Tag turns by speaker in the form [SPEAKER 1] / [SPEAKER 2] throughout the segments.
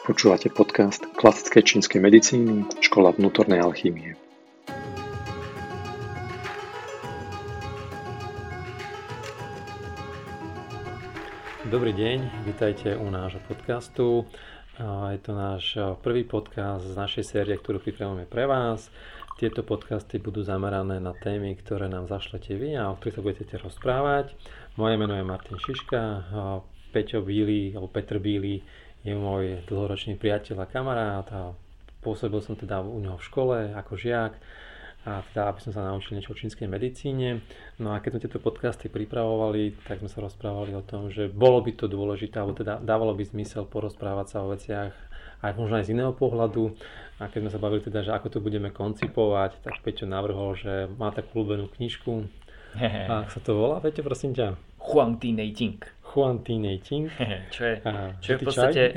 [SPEAKER 1] Počúvate podcast klasickej čínskej medicíny, škola vnútornej alchýmie. Dobrý deň, vítajte u nášho podcastu. Je to náš prvý podcast z našej série, ktorú pripravujeme pre vás. Tieto podcasty budú zamerané na témy, ktoré nám zašlete vy a o ktorých sa budete rozprávať. Moje meno je Martin Šiška, Peťo Bílý, alebo Petr Bílý je môj dlhoročný priateľ a kamarát a pôsobil som teda u neho v škole ako žiak a teda aby som sa naučil niečo o čínskej medicíne. No a keď sme tieto podcasty pripravovali, tak sme sa rozprávali o tom, že bolo by to dôležité, alebo teda dávalo by zmysel porozprávať sa o veciach aj možno aj z iného pohľadu. A keď sme sa bavili teda, že ako to budeme koncipovať, tak Peťo navrhol, že má takú ľúbenú knižku. A ako sa to volá, Peťo, prosím ťa?
[SPEAKER 2] Huangdi Neijing.
[SPEAKER 1] Huangdi Neijing.
[SPEAKER 2] Čo je v podstate...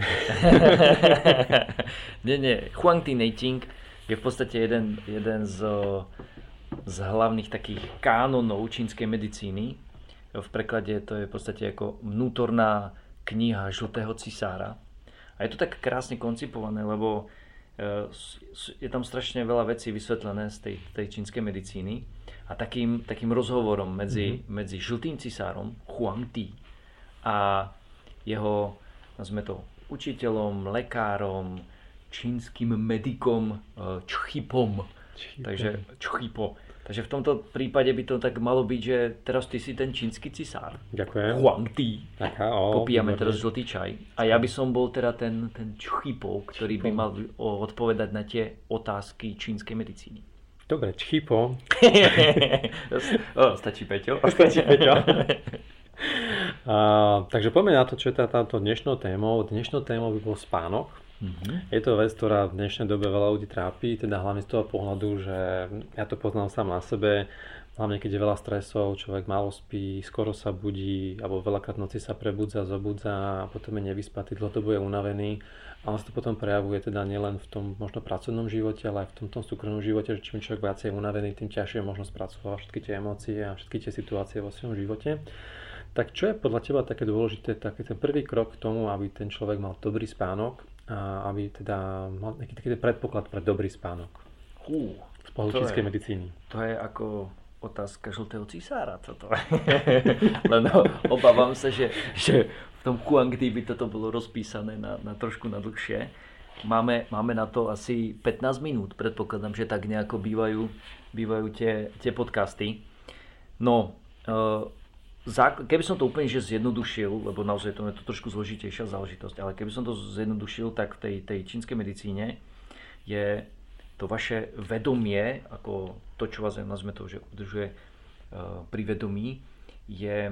[SPEAKER 2] Nie. Huangdi Neijing je v podstate jeden z hlavných takých kánonov čínskej medicíny. V preklade to je v podstate ako vnútorná kniha žltého cisára. A je to tak krásne koncipované, lebo je tam strašne veľa vecí vysvetlené z tej čínskej medicíny. A takým rozhovorom medzi žltým cisárom Huangdi a jeho, nazvime to, učiteľom, lekárom, čínskym medikom Čchipom. Takže Čchipo. Takže v tomto prípade by to tak malo byť, že teraz ty si ten čínsky cisár.
[SPEAKER 1] Ďakujem.
[SPEAKER 2] Huangdi. Popíjame teraz žltý čaj. A ja by som bol teda ten Čchipo, ktorý by mal odpovedať na tie otázky čínskej medicíny.
[SPEAKER 1] Dobre, Čchipo.
[SPEAKER 2] Stačí Peťo.
[SPEAKER 1] Takže poďme na to, čo je táto dnešnou témou. Dnešnou témou by bol spánok. Je to vec, ktorá v dnešnej dobe veľa ľudí trápi, teda hlavne z toho pohľadu, že ja to poznám sám na sebe, hlavne keď je veľa stresov, človek málo spí, skoro sa budí, alebo veľakrát v noci sa prebudza, zobudza a potom je nevyspatý, dlhodobo je unavený. A on sa to potom prejavuje teda nielen v tom možno pracovnom živote, ale aj v tom súkromnom živote, že čím človek viacej je unavený, tým ťažšie možno spracovať všetky tie emócie a všetky tie situácie vo svojom živote. Tak čo je podľa teba také dôležité, taký ten prvý krok k tomu, aby ten človek mal dobrý spánok a aby teda mal nejaký taký predpoklad pre dobrý spánok z pohľadu čínskej medicíny?
[SPEAKER 2] To je ako otázka žltého cisára, toto. Len obávam sa, že v tom Huangdi by toto bolo rozpísané na trošku na dlhšie. Máme na to asi 15 minút, predpokladám, že tak nejako bývajú tie podcasty. No, keby som to úplne že zjednodušil, lebo naozaj to je to trošku zložitejšia záležitosť, ale keby som to zjednodušil, tak v tej čínskej medicíne je to vaše vedomie, ako to, čo vás, nazvime to, že udržuje pri vedomí, je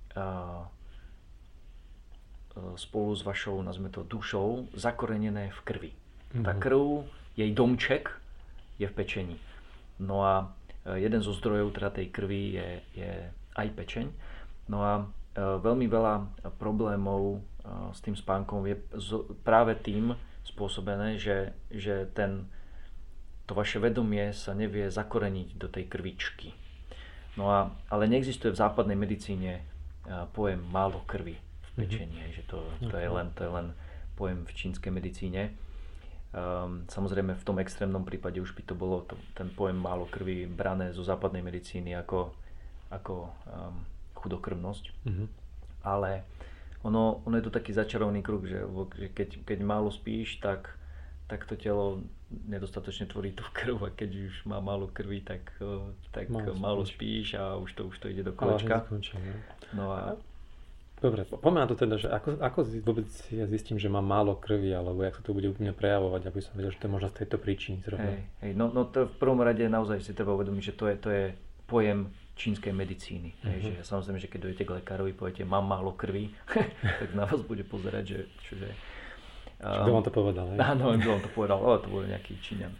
[SPEAKER 2] spolu s vašou, nazvime to, dušou zakorenené v krvi. Tá krv, jej domček je v pečení. No a jeden zo zdrojov teda tej krvi je aj pečeň. No a veľmi veľa problémov s tým spánkom je práve tým spôsobené, že to vaše vedomie sa nevie zakoreniť do tej krvičky. No ale neexistuje v západnej medicíne pojem málo krvi v pečení, že to je len pojem v čínskej medicíne. Samozrejme v tom extrémnom prípade už by to bolo ten pojem málo krvi brané zo západnej medicíny ako chudokrvnosť. Ale ono je to taký začarovaný kruh, že keď málo spíš, tak to telo nedostatočne tvorí tú krv a keď už má málo krvi, tak málo spíš a už to ide do kolečka. No a
[SPEAKER 1] dobre, poďme na to teda, že ako vôbec ja zistím, že mám málo krvi, alebo jak sa to bude u mňa prejavovať, aby som vedel, že to je možno z tejto príčiny zrovna.
[SPEAKER 2] No to v prvom rade naozaj si treba uvedomiť, že to je pojem čínskej medicíny. Že samozrejme, že keď dojdete k lekárovi, poviete, mám málo krvi, tak na vás bude pozerať, že čože...
[SPEAKER 1] Kto vám to povedal?
[SPEAKER 2] Áno, kto vám to povedal, ale to bol nejaký Číňan.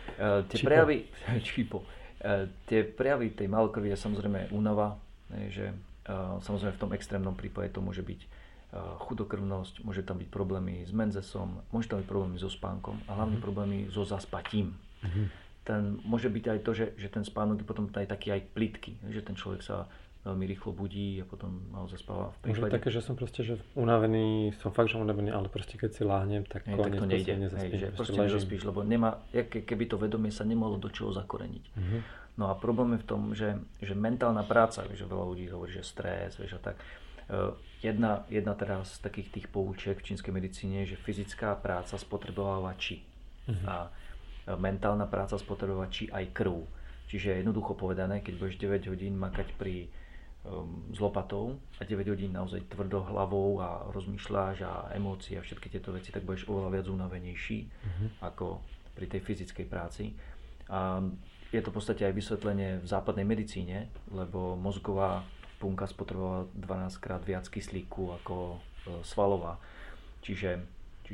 [SPEAKER 2] Tie prejavy tej málokrvi je samozrejme únava, že samozrejme v tom extrémnom prípade to môže byť chudokrvnosť, môže tam byť problémy s menzesom, môže tam byť problémy so spánkom a hlavne problémy so zaspatím. Môže byť aj to, že ten spánok je potom aj taký aj plytký, že ten človek sa veľmi rýchlo budí a potom naozaj spáva. V
[SPEAKER 1] Možno
[SPEAKER 2] prípade...
[SPEAKER 1] také, že som proste že unavený, som fakt, že unavený, ale proste keď si láhnem, tak
[SPEAKER 2] tak to nejde.
[SPEAKER 1] Nezaspím,
[SPEAKER 2] Proste nezaspíš, lebo nemá, keby to vedomie sa nemohlo do čoho zakoreniť. No a problém je v tom, že mentálna práca, že veľa ľudí hovorí, že stres, vieš, a tak. Jedna teraz z takých tých poučiek v čínskej medicíne je, že fyzická práca spotrebováva či. A mentálna práca spotrebováva či aj krv. Čiže jednoducho povedané, keď budeš 9 hodín makať s lopatou a 9 hodín naozaj tvrdo hlavou a rozmýšľaš a emócie a všetky tieto veci, tak budeš oveľa viac unavenejší ako pri tej fyzickej práci. A je to v podstate aj vysvetlenie v západnej medicíne, lebo mozgová bunka spotrebovala 12 krát viac kyslíku ako svalová. Čiže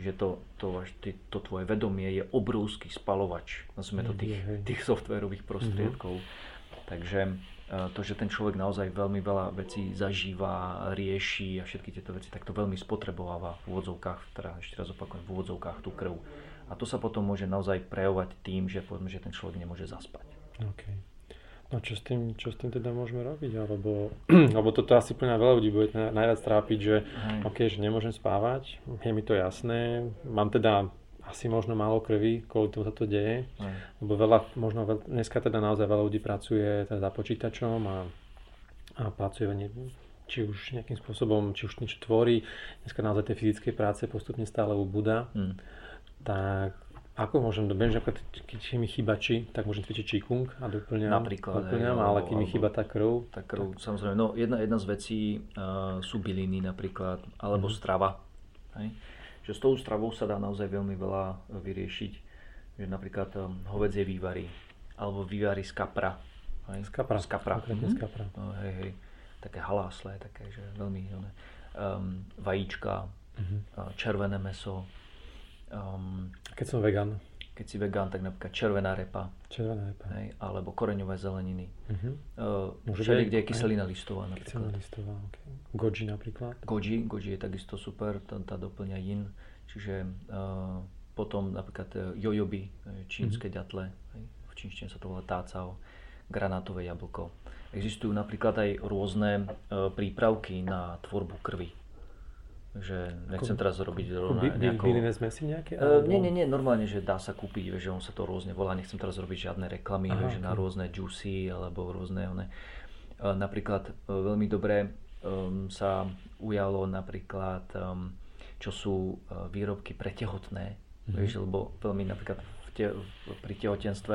[SPEAKER 2] to tvoje vedomie je obrovský spalovač, nazvime to tých softvérových prostriedkov. Takže to, že ten človek naozaj veľmi veľa vecí zažíva, rieši a všetky tieto veci, tak to veľmi spotrebováva v úvodzovkách, teda ešte raz opakujem, v úvodzovkách tú krv. A to sa potom môže naozaj prejavovať tým, že povedzme, že ten človek nemôže zaspať.
[SPEAKER 1] Okay. No čo s tým teda môžeme robiť? Lebo toto asi plná veľa ľudí bude najviac trápiť, že že nemôžem spávať, je mi to jasné, mám teda asi možno málo krvi, kvôli tomu sa to deje, lebo dneska teda naozaj veľa ľudí pracuje teda za počítačom a pracuje či už nejakým spôsobom, či už niečo tvorí, dneska naozaj tej fyzickej práce postupne stále ubúda. Tak ako môžem dobehnúť, keď mi chýba či, tak môžem cvičiť číkung a doplňam, ale keď mi chýba tá krv.
[SPEAKER 2] Tá krv, samozrejme. No jedna z vecí sú byliny napríklad, alebo strava. Hej? Že s tou stravou sa dá naozaj veľmi veľa vyriešiť. Že napríklad hovädzie vývary, alebo vývary z kapra. Hej?
[SPEAKER 1] Z kapra.
[SPEAKER 2] Z kapra.
[SPEAKER 1] Z kapra.
[SPEAKER 2] No, hej. Také halásle, také, že veľmi vajíčka, červené mäso.
[SPEAKER 1] Keď som vegan.
[SPEAKER 2] Keď si vegán, tak napríklad červená repa.
[SPEAKER 1] Hej,
[SPEAKER 2] alebo koreňové zeleniny.
[SPEAKER 1] Všade,
[SPEAKER 2] kde je kyselina listová napríklad.
[SPEAKER 1] Kyselina listová, okay. Goji napríklad.
[SPEAKER 2] Goji je takisto super, tá doplňa yin. Čiže potom napríklad jojoby, čínske ďatle, v čínštine sa to volá tácao, granátové jablko. Existujú napríklad aj rôzne prípravky na tvorbu krvi. Takže nechcem teraz robiť nejakou...
[SPEAKER 1] Bylinné zmesy nejaké?
[SPEAKER 2] Nie, normálne, že dá sa kúpiť, že on sa to rôzne volá, nechcem teraz robiť žiadne reklamy, že na rôzne juicy alebo rôzne napríklad veľmi dobre sa ujalo napríklad, čo sú výrobky pre tehotné, vieš, lebo veľmi napríklad pri tehotenstve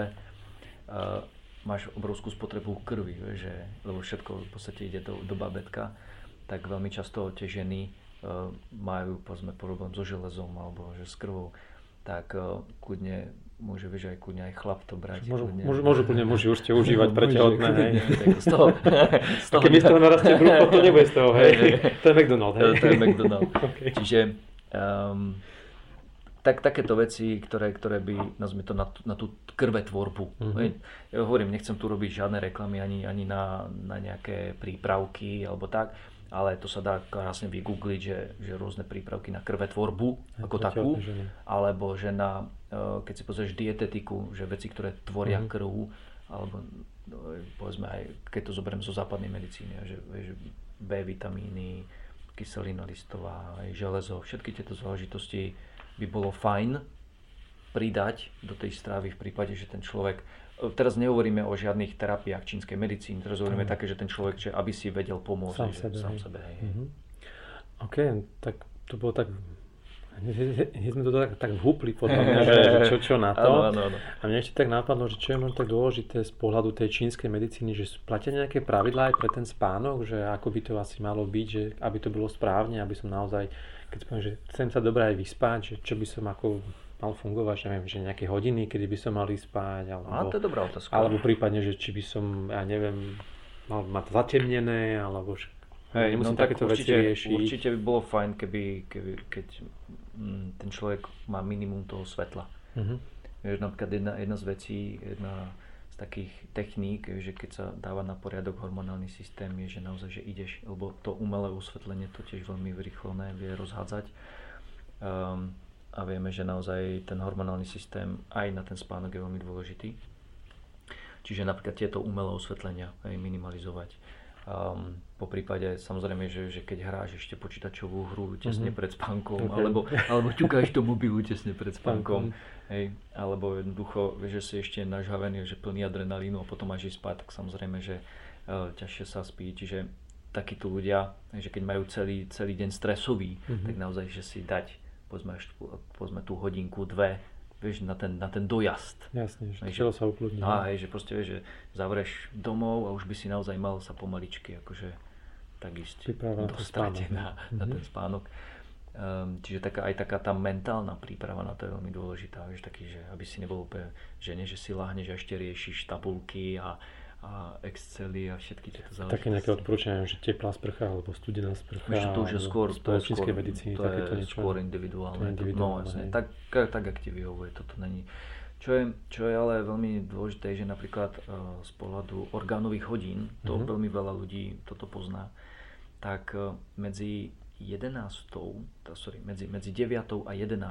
[SPEAKER 2] máš obrovskú spotrebu krvi, vieš, lebo všetko v podstate ide do babetka, tak veľmi často tie ženy majú povedzme problém so železom alebo že s krvou, tak kľudne môže, vieš, aj kľudne aj chlap to brať.
[SPEAKER 1] Môžu kľudne muži určite užívať pre tehotné, hej.
[SPEAKER 2] Z toho.
[SPEAKER 1] Keď mi z toho narastie brucho, to nebude z toho, hej. To je McDonald, hej.
[SPEAKER 2] To je McDonald. Okay. Čiže takéto veci, ktoré by, nazvime to, na tú krvetvorbu. Ja hovorím, nechcem tu robiť žiadne reklamy ani na nejaké prípravky alebo tak, ale to sa dá krásne vygoogliť, že rôzne prípravky na krvetvorbu ako takú, alebo že keď si pozrieš dietetiku, že veci, ktoré tvoria krv, alebo povedzme aj keď to zoberiem zo západnej medicíny, že B vitamíny, kyselina listová, aj železo, všetky tieto záležitosti by bolo fajn pridať do tej stravy v prípade, že ten človek, teraz nehovoríme o žiadnych terapiách čínskej medicíny, teraz hovoríme také, že ten človek, že aby si vedel pomôcť sám sebe.
[SPEAKER 1] OK, tak to bolo tak, sme to tak vhúpli potom, že čo na to.
[SPEAKER 2] Áno.
[SPEAKER 1] A mne ešte tak napadlo, že čo je možno tak dôležité z pohľadu tej čínskej medicíny, že platia nejaké pravidlá aj pre ten spánok, že ako by to asi malo byť, že aby to bolo správne, aby som naozaj, keď poviem, že chcem sa dobre aj vyspať, že čo by som ako mal fungovať, neviem, že nejaké hodiny, kedy by som mal ísť spať, alebo,
[SPEAKER 2] to je dobrá otázka.
[SPEAKER 1] Alebo prípadne, že či by som, ja neviem, mal mať zatemnené, alebo že nemusím takéto veci riešiť.
[SPEAKER 2] Určite by bolo fajn, keď ten človek má minimum toho svetla. Napríklad jedna z vecí, jedna z takých techník, že keď sa dáva na poriadok hormonálny systém, je, že naozaj, že ideš, lebo to umelé osvetlenie to tiež veľmi rýchlone vie rozhádzať. A vieme, že naozaj ten hormonálny systém aj na ten spánok je veľmi dôležitý. Čiže napríklad tieto umelé osvetlenia minimalizovať. Po prípade samozrejme, že keď hráš ešte počítačovú hru tesne pred spánkom,
[SPEAKER 1] Okay.
[SPEAKER 2] alebo ťukáš do mobilu tesne pred spánkom, hej, alebo jednoducho, vieš, že si ešte nažhavený, že plný adrenalínu a potom máš ísť spať, tak samozrejme, že ťažšie sa spí, čiže takíto ľudia, že keď majú celý deň stresový, tak naozaj, že si dať povedzme tú hodinku, dve, vieš, na ten dojazd.
[SPEAKER 1] Jasne, že telo sa ukludní.
[SPEAKER 2] Že proste vieš, že zavrieš domov a už by si naozaj mal sa pomaličky akože tak ísť dostrať na ten spánok. Čiže aj taká tá mentálna príprava na to je veľmi dôležitá, vieš, taký, že aby si nebol úplne, že nie, že si láhneš a ešte riešiš tabulky a Excely a všetky tieto záležitosti.
[SPEAKER 1] Také nejaké odporúčania, že teplá sprcha alebo studená sprcha.
[SPEAKER 2] Vieš, to už je skôr
[SPEAKER 1] medicíny,
[SPEAKER 2] to je skôr individuálne. No jasne, tak ak ti vyhovuje, toto není. Čo je ale veľmi dôležité, že napríklad z pohľadu orgánových hodín, to veľmi veľa ľudí toto pozná, tak medzi 9. a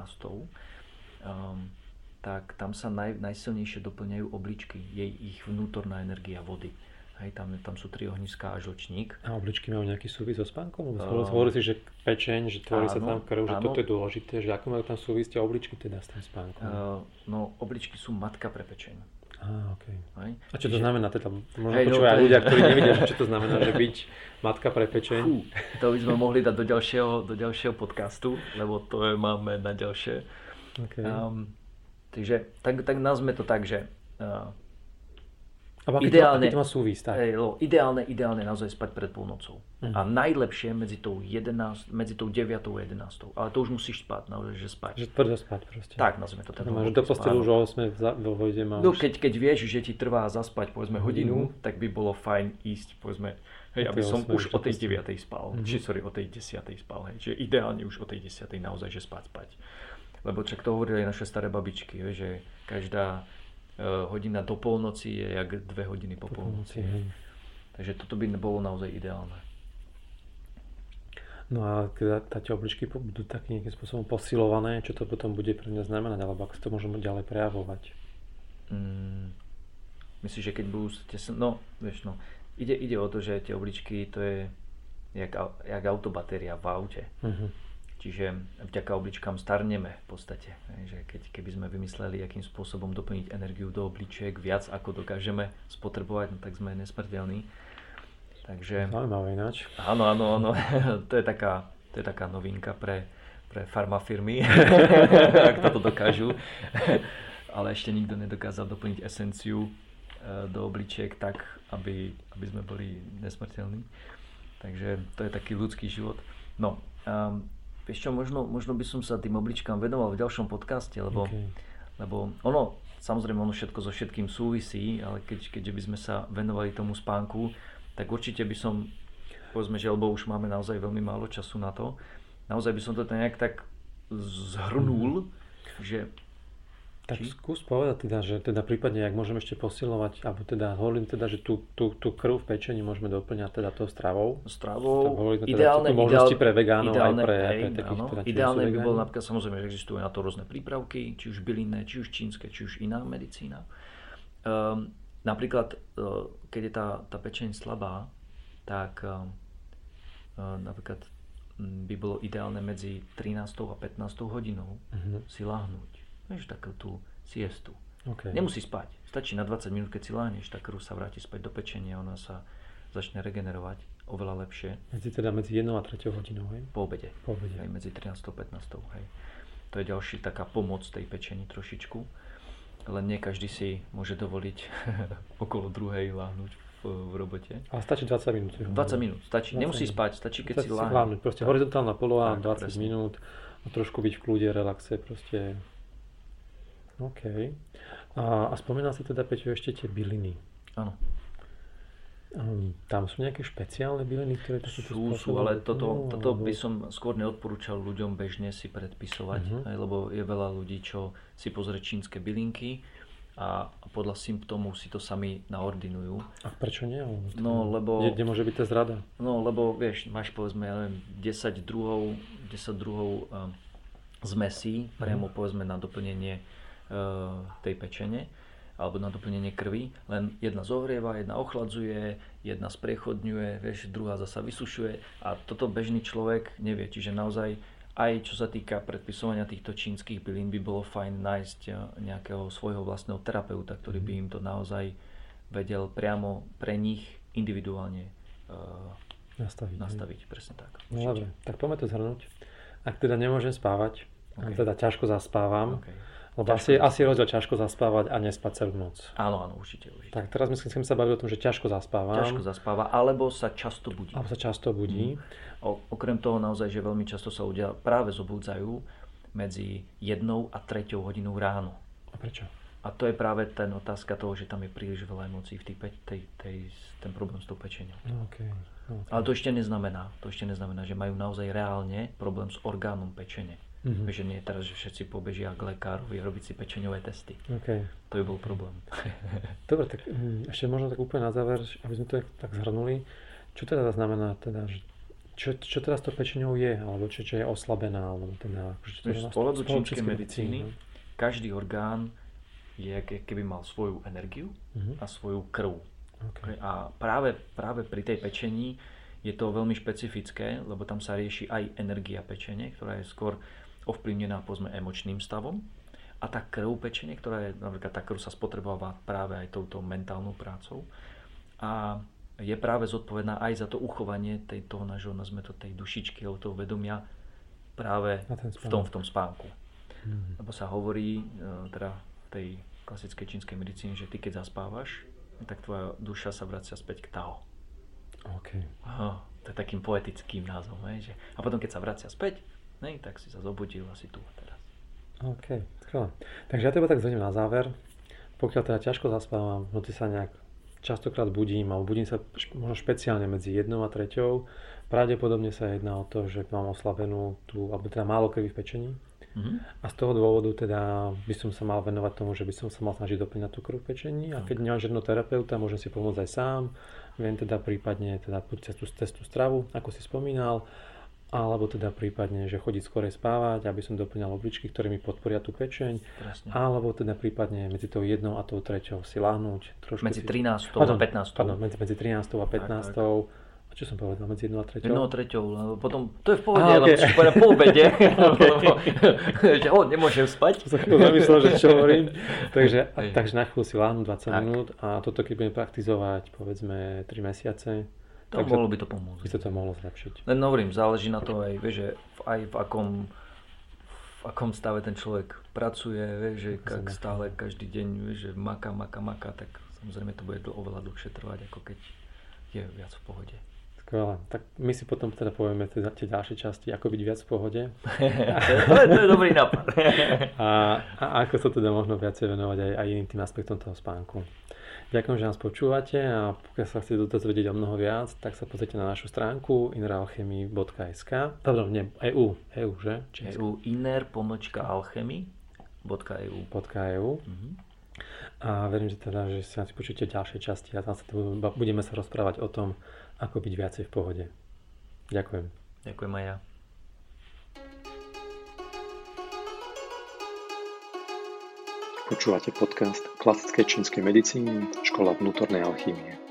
[SPEAKER 2] 11. Tak tam sa najsilnejšie doplňajú obličky, je ich vnútorná energia vody. Hej, tam sú 3 ohniská a žlčník.
[SPEAKER 1] A obličky majú nejaký súvis so spánkom? Hovorí si, že pečeň, že tvorí sa tam krv, že toto je dôležité, že ako majú tam súvisť a obličky teda s tým spánkom?
[SPEAKER 2] Obličky sú matka pre pečeň.
[SPEAKER 1] Okay. A čo to znamená teda? Možno počúvajú aj ľudia, ktorí nevedia, čo to znamená, že byť matka pre pečeň.
[SPEAKER 2] To by sme mohli dať do ďalšieho podcastu, lebo to máme na ďalšie.
[SPEAKER 1] Okay.
[SPEAKER 2] Takže tak nazme to tak, že
[SPEAKER 1] ideálne to má súvisť, tak?
[SPEAKER 2] Ideálne naozaj spať pred polnocou. A najlepšie medzi tou 9 a 11. Ale to už musíš spať, naozaj, že spať.
[SPEAKER 1] Že tvrdo spať proste.
[SPEAKER 2] Tak, nazvime to tak.
[SPEAKER 1] Máš do postelu už o 8 vo vode máš.
[SPEAKER 2] No keď vieš, že ti trvá zaspať povedzme hodinu, tak by bolo fajn ísť povedzme, aby som už o tej 9 spal. O tej 10 spal. Čiže ideálne už o tej 10 naozaj, že spať. Lebo čak to hovorili aj naše staré babičky, že každá hodina do polnoci je jak 2 hodiny po polnoci. Takže toto by bolo naozaj ideálne.
[SPEAKER 1] No a keď tie obličky budú takým nejakým spôsobom posilované, čo to potom bude pre mňa znamenať, alebo ako to môžeme ďalej prejavovať?
[SPEAKER 2] Myslíš, že keď budú ide o to, že tie obličky to je jak autobatéria v aute. Čiže vďaka obličkám starneme v podstate. Že keby sme vymysleli, akým spôsobom doplniť energiu do obličiek viac, ako dokážeme spotrebovať, tak sme nesmrteľní. Takže...
[SPEAKER 1] Zaujímavé ináč.
[SPEAKER 2] Áno. To je taká novinka pre farmafirmy, ak toto dokážu. Ale ešte nikto nedokázal doplniť esenciu do obličiek tak, aby sme boli nesmrteľní. Takže to je taký ľudský život. No, vieš čo, možno by som sa tým obličkám venoval v ďalšom podcaste, lebo ono, samozrejme ono všetko so všetkým súvisí, ale keďže by sme sa venovali tomu spánku, tak určite by som, povedzme, že lebo už máme naozaj veľmi málo času na to, naozaj by som to nejak tak zhrnul, že...
[SPEAKER 1] Tak skús povedať teda, že teda prípadne, ak môžeme ešte posilovať, alebo teda hovorím teda, že tú krv v pečení môžeme doplňať teda tou stravou.
[SPEAKER 2] Ideálne
[SPEAKER 1] možnosti pre vegánov aj pre takých
[SPEAKER 2] teda, ideálne by bolo napríklad, samozrejme, že existujú na to rôzne prípravky, či už bylinné, či už čínske, či už iná medicína. Napríklad, keď je tá pečeň slabá, tak napríklad by bolo ideálne medzi 13. a 15. hodinou si láhnuť. Vieš, takú tú siestu.
[SPEAKER 1] Okay.
[SPEAKER 2] Nemusí spať. Stačí na 20 minút, keď si láhneš, tá krv sa vráti späť do pečenia, ona sa začne regenerovať oveľa lepšie.
[SPEAKER 1] Medzi 1 a 3 hodinou, hej?
[SPEAKER 2] Po obede. Hej, medzi 13 a 15, hej. To je ďalší taká pomoc tej pečeni trošičku. Len nie každý si môže dovoliť okolo 2 láhnuť v robote.
[SPEAKER 1] Ale stačí 20 minút.
[SPEAKER 2] 20 minút, stačí. Nemusí spať, stačí keď si
[SPEAKER 1] láhnuť. Proste horizontálna poloha, 20 minút a trošku byť v kľude, relaxe, proste... OK. A spomínal si teda, Peťo, ešte tie byliny.
[SPEAKER 2] Áno.
[SPEAKER 1] Tam sú nejaké špeciálne byliny, ktoré takýmto spôsobom...
[SPEAKER 2] Sú, ale toto by som skôr neodporúčal ľuďom bežne si predpisovať, lebo je veľa ľudí, čo si pozrie čínske bylinky a podľa symptómov si to sami naordinujú. A
[SPEAKER 1] prečo nie?
[SPEAKER 2] No, lebo...
[SPEAKER 1] Kde môže byť tá zrada?
[SPEAKER 2] No, lebo vieš, máš povedzme, ja neviem, 10 druhov zmesí, priamo povedzme na doplnenie tej pečene. alebo na doplnenie krvi, len jedna zohrieva, jedna ochladzuje, jedna spriechodňuje, vieš, druhá zasa vysušuje a toto bežný človek nevie, čiže naozaj aj čo sa týka predpisovania týchto čínskych bylín by bolo fajn nájsť nejakého svojho vlastného terapeuta, ktorý by im to naozaj vedel priamo pre nich individuálne nastaviť. Presne tak.
[SPEAKER 1] No dobre, tak poďme to zhrnúť. Ak teda nemôžem spávať, teda ťažko zaspávam, lebo asi je rozdiel ťažko zaspávať a nespať celú noc.
[SPEAKER 2] Áno, určite.
[SPEAKER 1] Tak teraz chcem sa baviť o tom, že ťažko zaspávam.
[SPEAKER 2] Ťažko zaspáva, alebo sa často budí. Okrem toho naozaj, že veľmi často sa ľudia práve zobudzajú medzi 1 a 3 hodinou ráno.
[SPEAKER 1] A prečo?
[SPEAKER 2] A to je práve ten otázka toho, že tam je príliš veľa emócií v ten problém s tou pečeňou.
[SPEAKER 1] Okay.
[SPEAKER 2] Ale to ešte neznamená, že majú naozaj reálne problém s orgánom pečene. Že nie je teraz, že všetci pobežia k lekárovi robiť si pečeňové testy.
[SPEAKER 1] Okay.
[SPEAKER 2] To by bol problém.
[SPEAKER 1] Dobre, tak ešte možno tak úplne na záver, aby sme to tak zhrnuli. Čo teda znamená, teda, že čo teraz to pečeňou je, alebo čo je oslabená? Alebo teda,
[SPEAKER 2] z pohľadu čínskej medicíny, každý orgán je, keby mal svoju energiu a svoju krv. Okay. A práve pri tej pečení je to veľmi špecifické, lebo tam sa rieši aj energia pečene, ktorá je skôr ovplyvnená povedzme emočným stavom, a tá krv pečene, ktorá je, napríklad tá krv sa spotrebováva práve aj touto mentálnou prácou a je práve zodpovedná aj za to uchovanie toho nášho, nazme to, tej dušičky alebo toho vedomia práve v tom spánku. Lebo sa hovorí teda v tej klasickej čínskej medicíne, že ty keď zaspávaš, tak tvoja duša sa vracia späť k Tao.
[SPEAKER 1] Okay.
[SPEAKER 2] To je takým poetickým názvom. Že? A potom keď sa vracia späť, tak si sa zobudil asi tu a teraz.
[SPEAKER 1] OK, skvelé. Takže ja teba tak zhodím na záver. Pokiaľ teda ťažko zaspávam, v noci sa nejak častokrát budím, alebo budím sa možno špeciálne medzi 1 a 3. Pravdepodobne sa jedná o to, že mám oslabenú alebo teda málo krvi v pečení. A z toho dôvodu teda by som sa mal venovať tomu, že by som sa mal snažiť doplňať tú krv v pečení. A keď nemám žiadneho terapeuta, môžem si pomôcť aj sám. Viem teda prípadne cez tú stravu, ako si spomínal, alebo teda prípadne, že chodiť skorej spávať, aby som doplňal obličky, ktoré mi podporia tú pečeň.
[SPEAKER 2] Presne.
[SPEAKER 1] Alebo teda prípadne medzi tou 1 a tou 3 si láhnuť.
[SPEAKER 2] Medzi 13 a 15.
[SPEAKER 1] Pardon, medzi 13 a 15. Tak. A čo som povedal? Medzi 1 a 3?
[SPEAKER 2] 1 a 3, lebo potom to je v pohode, lebo si povedal po obede. Že nemôžem spať.
[SPEAKER 1] Som sa chvíľu zamyslel, že čo hovorím. Takže na chvíľu si láhnu 20 minút a toto keď budem praktizovať povedzme 3 mesiace,
[SPEAKER 2] mohlo by to pomôcť.
[SPEAKER 1] By to mohlo zlepšiť.
[SPEAKER 2] Len hovorím, záleží na to aj, vieš, že aj v akom stave ten človek pracuje, vieš, že stále každý deň, vieš, že maká, tak samozrejme to bude oveľa dlhšie trvať, ako keď je viac v pohode.
[SPEAKER 1] Skvelé. Tak my si potom teda povieme tie ďalšie časti, ako byť viac v pohode.
[SPEAKER 2] To je dobrý nápad.
[SPEAKER 1] A ako sa teda možno viacej venovať aj iným tým aspektom toho spánku. Ďakujem, že nás počúvate a pokiaľ sa chcete dozvedieť o mnoho viac, tak sa pozrite na našu stránku inneralchemy.sk. Pardon, nie, EU, že?
[SPEAKER 2] EU inner-alchemy.eu.
[SPEAKER 1] A verím, že teda, že si nás počujete ďalšie časti a tam budeme sa rozprávať o tom, ako byť viacej v pohode. Ďakujem.
[SPEAKER 2] Ďakujem aj ja.
[SPEAKER 3] Počúvate podcast klasickej čínskej medicíny Škola vnútornej alchýmie.